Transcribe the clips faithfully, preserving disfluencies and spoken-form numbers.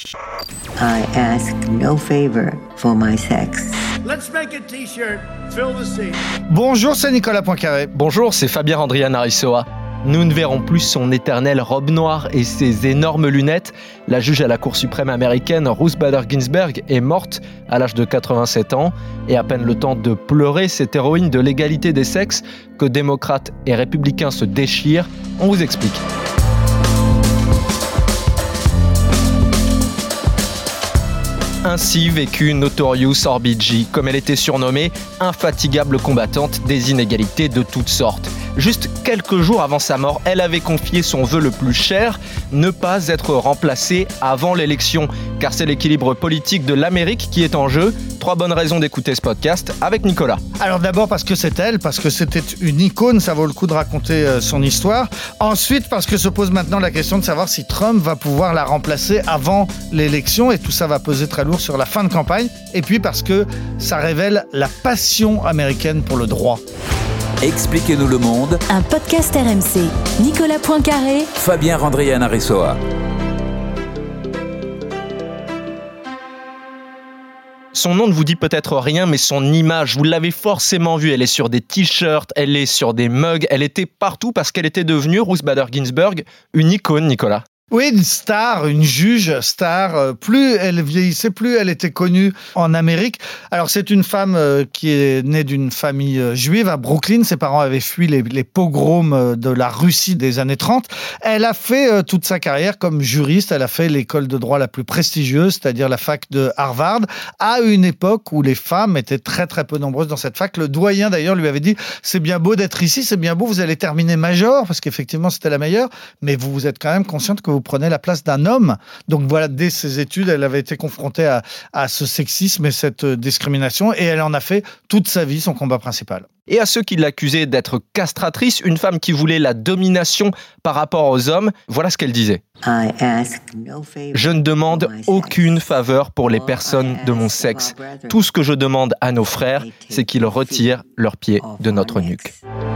I ask no favor for my sex. Let's make a t-shirt, fill the scene. Bonjour, c'est Nicolas Poincaré. Bonjour, c'est Fabien Andrian-Arissoa. Nous ne verrons plus son éternelle robe noire et ses énormes lunettes. La juge à la Cour suprême américaine, Ruth Bader Ginsburg, est morte à l'âge de quatre-vingt-sept ans. Et à peine le temps de pleurer, cette héroïne de l'égalité des sexes que démocrates et républicains se déchirent. On vous explique. Ainsi vécut Notorious R B G, comme elle était surnommée, infatigable combattante des inégalités de toutes sortes. Juste quelques jours avant sa mort, elle avait confié son vœu le plus cher, ne pas être remplacée avant l'élection, car c'est l'équilibre politique de l'Amérique qui est en jeu. Trois bonnes raisons d'écouter ce podcast avec Nicolas. Alors d'abord parce que c'est elle, parce que c'était une icône, ça vaut le coup de raconter euh, son histoire. Ensuite parce que se pose maintenant la question de savoir si Trump va pouvoir la remplacer avant l'élection, et tout ça va peser très lourd sur la fin de campagne. Et puis parce que ça révèle la passion américaine pour le droit. Expliquez-nous le monde. Un podcast R M C. Nicolas Poincaré. Fabien Andrian-Arissoa. Son nom ne vous dit peut-être rien, mais son image, vous l'avez forcément vue. Elle est sur des t-shirts, elle est sur des mugs, elle était partout parce qu'elle était devenue, Ruth Bader Ginsburg, une icône, Nicolas. Oui, une star, une juge star. Plus elle vieillissait, plus elle était connue en Amérique. Alors, c'est une femme qui est née d'une famille juive à Brooklyn. Ses parents avaient fui les, les pogroms de la Russie des années trente. Elle a fait toute sa carrière comme juriste. Elle a fait l'école de droit la plus prestigieuse, c'est-à-dire la fac de Harvard, à une époque où les femmes étaient très, très peu nombreuses dans cette fac. Le doyen, d'ailleurs, lui avait dit « C'est bien beau d'être ici, c'est bien beau, vous allez terminer major, parce qu'effectivement, c'était la meilleure, mais vous, vous êtes quand même consciente que vous prenait la place d'un homme. » Donc voilà, dès ses études, elle avait été confrontée à, à ce sexisme et cette discrimination, et elle en a fait toute sa vie son combat principal. Et à ceux qui l'accusaient d'être castratrice, une femme qui voulait la domination par rapport aux hommes, voilà ce qu'elle disait. I ask no favor Je ne demande for my aucune sex. faveur pour les personnes de mon sexe. Tout ce que je demande à nos frères, c'est qu'ils retirent leurs pieds de notre nuque.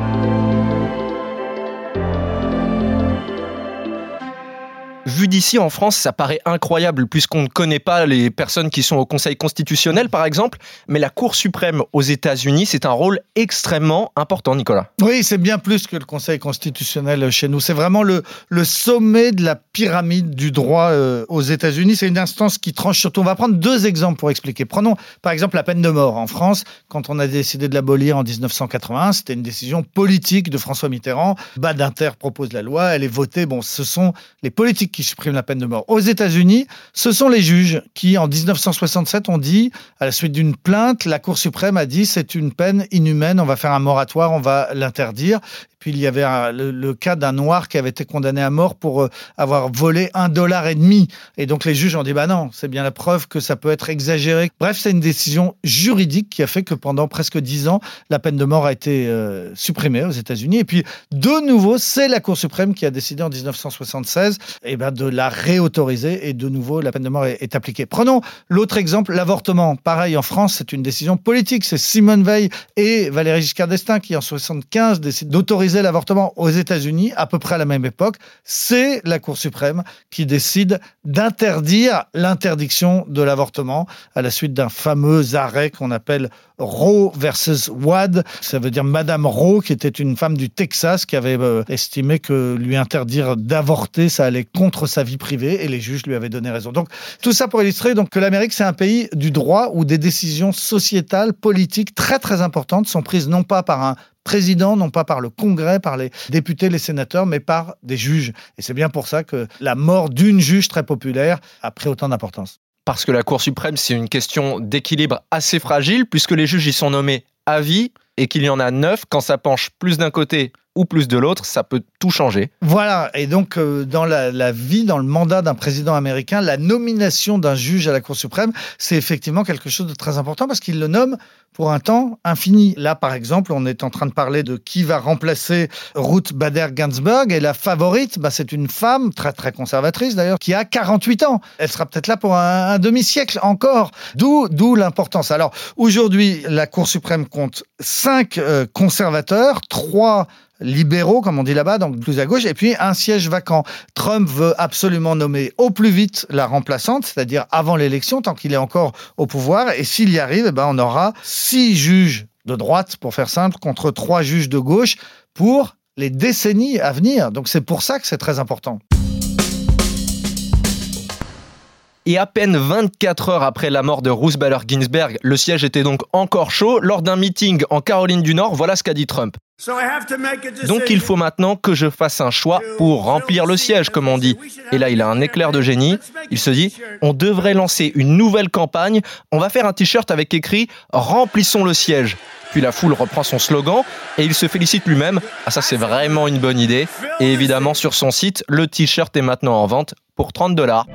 Vu d'ici, en France, ça paraît incroyable puisqu'on ne connaît pas les personnes qui sont au Conseil constitutionnel, par exemple. Mais la Cour suprême aux États-Unis, c'est un rôle extrêmement important, Nicolas. Oui, c'est bien plus que le Conseil constitutionnel chez nous. C'est vraiment le, le sommet de la pyramide du droit euh, aux États-Unis. C'est une instance qui tranche sur tout. On va prendre deux exemples pour expliquer. Prenons par exemple la peine de mort. En France, quand on a décidé de l'abolir en dix-neuf cent quatre-vingt-un, c'était une décision politique de François Mitterrand. Badinter propose la loi, elle est votée. Bon, ce sont les politiques qui suppriment la peine de mort. Aux États-Unis, ce sont les juges qui, en dix-neuf cent soixante-sept, ont dit, à la suite d'une plainte, la Cour suprême a dit c'est une peine inhumaine, on va faire un moratoire, on va l'interdire. Puis il y avait un, le, le cas d'un noir qui avait été condamné à mort pour euh, avoir volé un dollar et demi. Et donc les juges ont dit bah non, c'est bien la preuve que ça peut être exagéré. Bref, c'est une décision juridique qui a fait que pendant presque dix ans, la peine de mort a été euh, supprimée aux États-Unis. Et puis de nouveau, c'est la Cour suprême qui a décidé en dix-neuf cent soixante-seize eh ben, de la réautoriser et de nouveau la peine de mort est, est appliquée. Prenons l'autre exemple, l'avortement. Pareil, en France, c'est une décision politique. C'est Simone Veil et Valéry Giscard d'Estaing qui en soixante-quinze décident d'autoriser l'avortement. Aux États-Unis, à peu près à la même époque, c'est la Cour suprême qui décide d'interdire l'interdiction de l'avortement à la suite d'un fameux arrêt qu'on appelle Roe versus Wade. Ça veut dire Madame Roe, qui était une femme du Texas qui avait euh, estimé que lui interdire d'avorter, ça allait contre sa vie privée, et les juges lui avaient donné raison. Donc tout ça pour illustrer donc, que l'Amérique, c'est un pays du droit où des décisions sociétales, politiques très très importantes sont prises non pas par un président, non pas par le Congrès, par les députés, les sénateurs, mais par des juges. Et c'est bien pour ça que la mort d'une juge très populaire a pris autant d'importance. Parce que la Cour suprême, c'est une question d'équilibre assez fragile, puisque les juges y sont nommés à vie, et qu'il y en a neuf. Quand ça penche plus d'un côté ou plus de l'autre, ça peut tout changer. Voilà, et donc euh, dans la, la vie, dans le mandat d'un président américain, la nomination d'un juge à la Cour suprême, c'est effectivement quelque chose de très important parce qu'il le nomme pour un temps infini. Là, par exemple, on est en train de parler de qui va remplacer Ruth Bader Ginsburg, et la favorite, bah, c'est une femme très très conservatrice d'ailleurs, qui a quarante-huit ans. Elle sera peut-être là pour un, un demi-siècle encore, d'où, d'où l'importance. Alors aujourd'hui, la Cour suprême compte cinq euh, conservateurs, trois libéraux, comme on dit là-bas, donc plus à gauche, et puis un siège vacant. Trump veut absolument nommer au plus vite la remplaçante, c'est-à-dire avant l'élection, tant qu'il est encore au pouvoir. Et s'il y arrive, eh ben, on aura six juges de droite, pour faire simple, contre trois juges de gauche pour les décennies à venir. Donc c'est pour ça que c'est très important. Et à peine vingt-quatre heures après la mort de Ruth Bader Ginsburg, le siège était donc encore chaud. Lors d'un meeting en Caroline du Nord, voilà ce qu'a dit Trump. Donc il faut maintenant que je fasse un choix pour remplir le siège, comme on dit. Et là, il a un éclair de génie. Il se dit, on devrait lancer une nouvelle campagne. On va faire un t-shirt avec écrit « Remplissons le siège ». Puis la foule reprend son slogan et il se félicite lui-même. Ah, ça, c'est vraiment une bonne idée. Et évidemment, sur son site, le t-shirt est maintenant en vente pour trente dollars.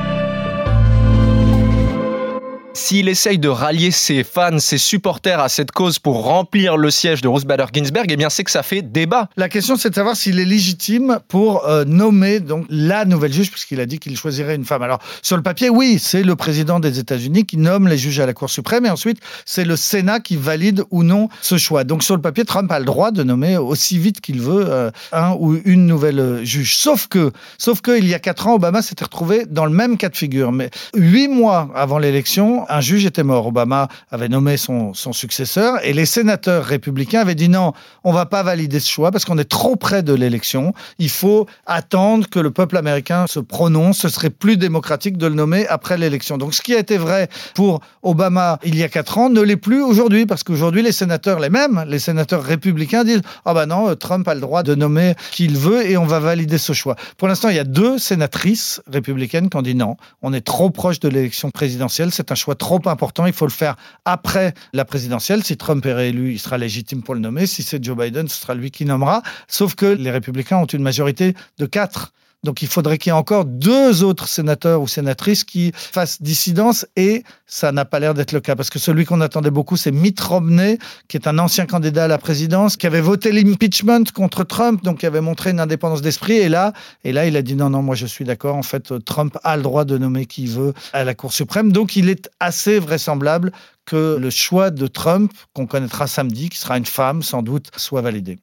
S'il essaye de rallier ses fans, ses supporters à cette cause pour remplir le siège de Ruth Bader Ginsburg, eh bien c'est que ça fait débat. La question, c'est de savoir s'il est légitime pour euh, nommer donc la nouvelle juge, puisqu'il a dit qu'il choisirait une femme. Alors, sur le papier, oui, c'est le président des États-Unis qui nomme les juges à la Cour suprême, et ensuite, c'est le Sénat qui valide ou non ce choix. Donc, sur le papier, Trump a le droit de nommer aussi vite qu'il veut euh, un ou une nouvelle juge. Sauf que, sauf que, il y a quatre ans, Obama s'était retrouvé dans le même cas de figure. Mais huit mois avant l'élection, un juge était mort. Obama avait nommé son, son successeur et les sénateurs républicains avaient dit non, on ne va pas valider ce choix parce qu'on est trop près de l'élection. Il faut attendre que le peuple américain se prononce. Ce serait plus démocratique de le nommer après l'élection. Donc ce qui a été vrai pour Obama il y a quatre ans ne l'est plus aujourd'hui parce qu'aujourd'hui les sénateurs, les mêmes, les sénateurs républicains disent ah ben non, Trump a le droit de nommer qui il veut et on va valider ce choix. Pour l'instant, il y a deux sénatrices républicaines qui ont dit non, on est trop proche de l'élection présidentielle, c'est un choix trop important, il faut le faire après la présidentielle. Si Trump est réélu, il sera légitime pour le nommer. Si c'est Joe Biden, ce sera lui qui nommera. Sauf que les républicains ont une majorité de quatre. Donc il faudrait qu'il y ait encore deux autres sénateurs ou sénatrices qui fassent dissidence et ça n'a pas l'air d'être le cas parce que celui qu'on attendait beaucoup, c'est Mitt Romney, qui est un ancien candidat à la présidence, qui avait voté l'impeachment contre Trump, donc qui avait montré une indépendance d'esprit et là, et là il a dit non, non, moi je suis d'accord, en fait Trump a le droit de nommer qui il veut à la Cour suprême, donc il est assez vraisemblable que le choix de Trump, qu'on connaîtra samedi, qui sera une femme sans doute, soit validé.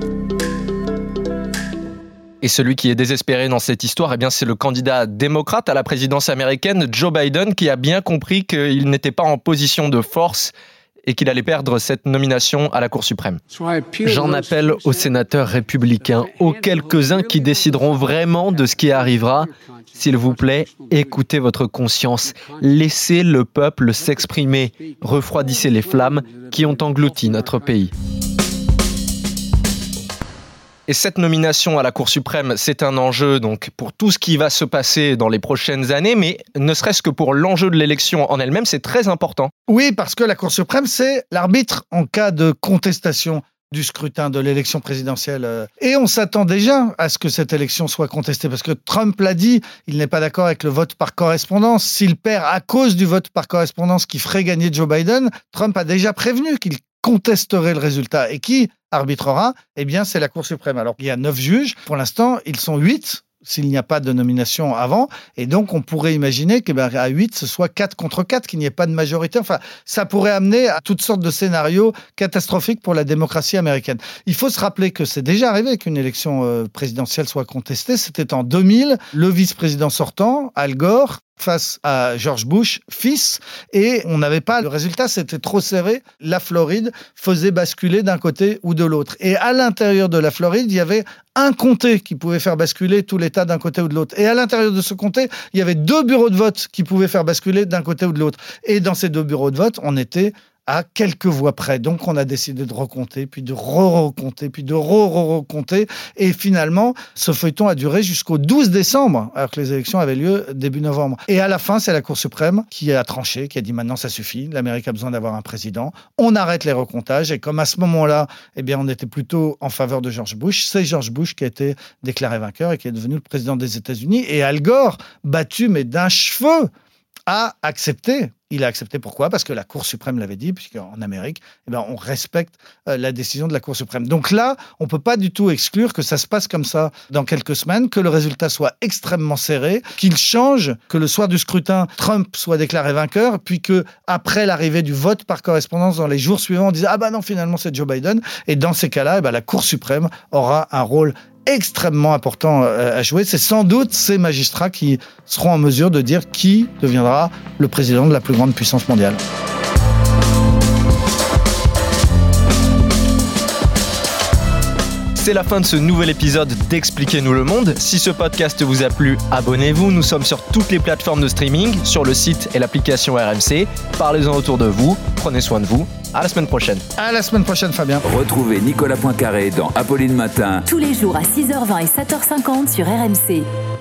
Et celui qui est désespéré dans cette histoire, eh bien, c'est le candidat démocrate à la présidence américaine, Joe Biden, qui a bien compris qu'il n'était pas en position de force et qu'il allait perdre cette nomination à la Cour suprême. J'en appelle aux sénateurs républicains, aux quelques-uns qui décideront vraiment de ce qui arrivera. S'il vous plaît, écoutez votre conscience. Laissez le peuple s'exprimer. Refroidissez les flammes qui ont englouti notre pays. Et cette nomination à la Cour suprême, c'est un enjeu donc pour tout ce qui va se passer dans les prochaines années, mais ne serait-ce que pour l'enjeu de l'élection en elle-même, c'est très important. Oui, parce que la Cour suprême, c'est l'arbitre en cas de contestation du scrutin de l'élection présidentielle. Et on s'attend déjà à ce que cette élection soit contestée, parce que Trump l'a dit, il n'est pas d'accord avec le vote par correspondance. S'il perd à cause du vote par correspondance qui ferait gagner Joe Biden, Trump a déjà prévenu qu'il contesterait le résultat. Et qui arbitrera? Eh bien, c'est la Cour suprême. Alors, il y a neuf juges. Pour l'instant, ils sont huit, s'il n'y a pas de nomination avant. Et donc, on pourrait imaginer qu'à huit, ce soit quatre contre quatre, qu'il n'y ait pas de majorité. Enfin, ça pourrait amener à toutes sortes de scénarios catastrophiques pour la démocratie américaine. Il faut se rappeler que c'est déjà arrivé qu'une élection présidentielle soit contestée. C'était en deux mille. Le vice-président sortant, Al Gore, face à George Bush, fils, et on n'avait pas le résultat, c'était trop serré. La Floride faisait basculer d'un côté ou de l'autre. Et à l'intérieur de la Floride, il y avait un comté qui pouvait faire basculer tout l'État d'un côté ou de l'autre. Et à l'intérieur de ce comté, il y avait deux bureaux de vote qui pouvaient faire basculer d'un côté ou de l'autre. Et dans ces deux bureaux de vote, on était à quelques voix près. Donc, on a décidé de recompter, puis de re-recompter, puis de re-recompter. Et finalement, ce feuilleton a duré jusqu'au douze décembre, alors que les élections avaient lieu début novembre. Et à la fin, c'est la Cour suprême qui a tranché, qui a dit maintenant, ça suffit. L'Amérique a besoin d'avoir un président. On arrête les recomptages. Et comme à ce moment-là, eh bien, on était plutôt en faveur de George Bush, c'est George Bush qui a été déclaré vainqueur et qui est devenu le président des États-Unis. Et Al Gore, battu, mais d'un cheveu, a accepté. Il a accepté pourquoi ? Parce que la Cour suprême l'avait dit, puisqu'en Amérique, eh ben, on respecte euh, la décision de la Cour suprême. Donc là, on ne peut pas du tout exclure que ça se passe comme ça dans quelques semaines, que le résultat soit extrêmement serré, qu'il change, que le soir du scrutin, Trump soit déclaré vainqueur, puis qu'après l'arrivée du vote par correspondance dans les jours suivants, on dise « Ah bah non, finalement, c'est Joe Biden ». Et dans ces cas-là, eh ben, la Cour suprême aura un rôle extrêmement important à jouer. C'est sans doute ces magistrats qui seront en mesure de dire qui deviendra le président de la plus grande puissance mondiale. C'est la fin de ce nouvel épisode d'Expliquez-nous le monde. Si ce podcast vous a plu, abonnez-vous. Nous sommes sur toutes les plateformes de streaming, sur le site et l'application R M C. Parlez-en autour de vous. Prenez soin de vous. À la semaine prochaine. À la semaine prochaine, Fabien. Retrouvez Nicolas Poincaré dans Apolline Matin. Tous les jours à six heures vingt et sept heures cinquante sur R M C.